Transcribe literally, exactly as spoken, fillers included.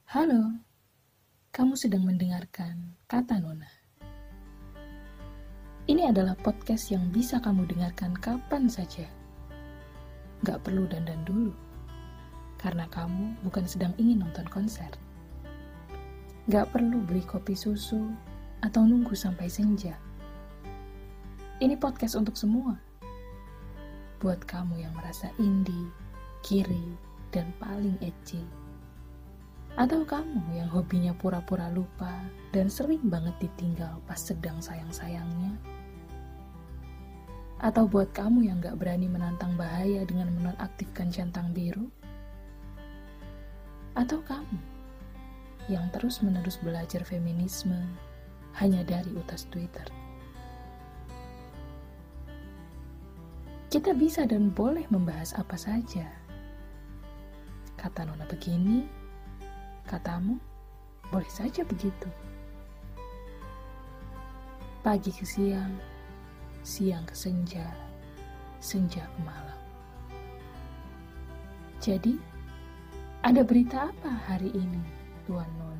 Halo, kamu sedang mendengarkan Kata Nona. Ini adalah podcast yang bisa kamu dengarkan kapan saja. Gak perlu dandan dulu, karena kamu bukan sedang ingin nonton konser. Gak perlu beli kopi susu atau nunggu sampai senja. Ini podcast untuk semua. Buat kamu yang merasa indie, kiri, dan paling edgy. Atau kamu yang hobinya pura-pura lupa dan sering banget ditinggal pas sedang sayang-sayangnya. Atau buat kamu yang gak berani menantang bahaya dengan menonaktifkan centang biru. Atau kamu yang terus-menerus belajar feminisme hanya dari utas Twitter. Kita bisa dan boleh membahas apa saja. Kata Nona begini, katamu boleh saja begitu. Pagi ke siang, siang ke senja, senja ke malam. Jadi, ada berita apa hari ini, Tuan Nona?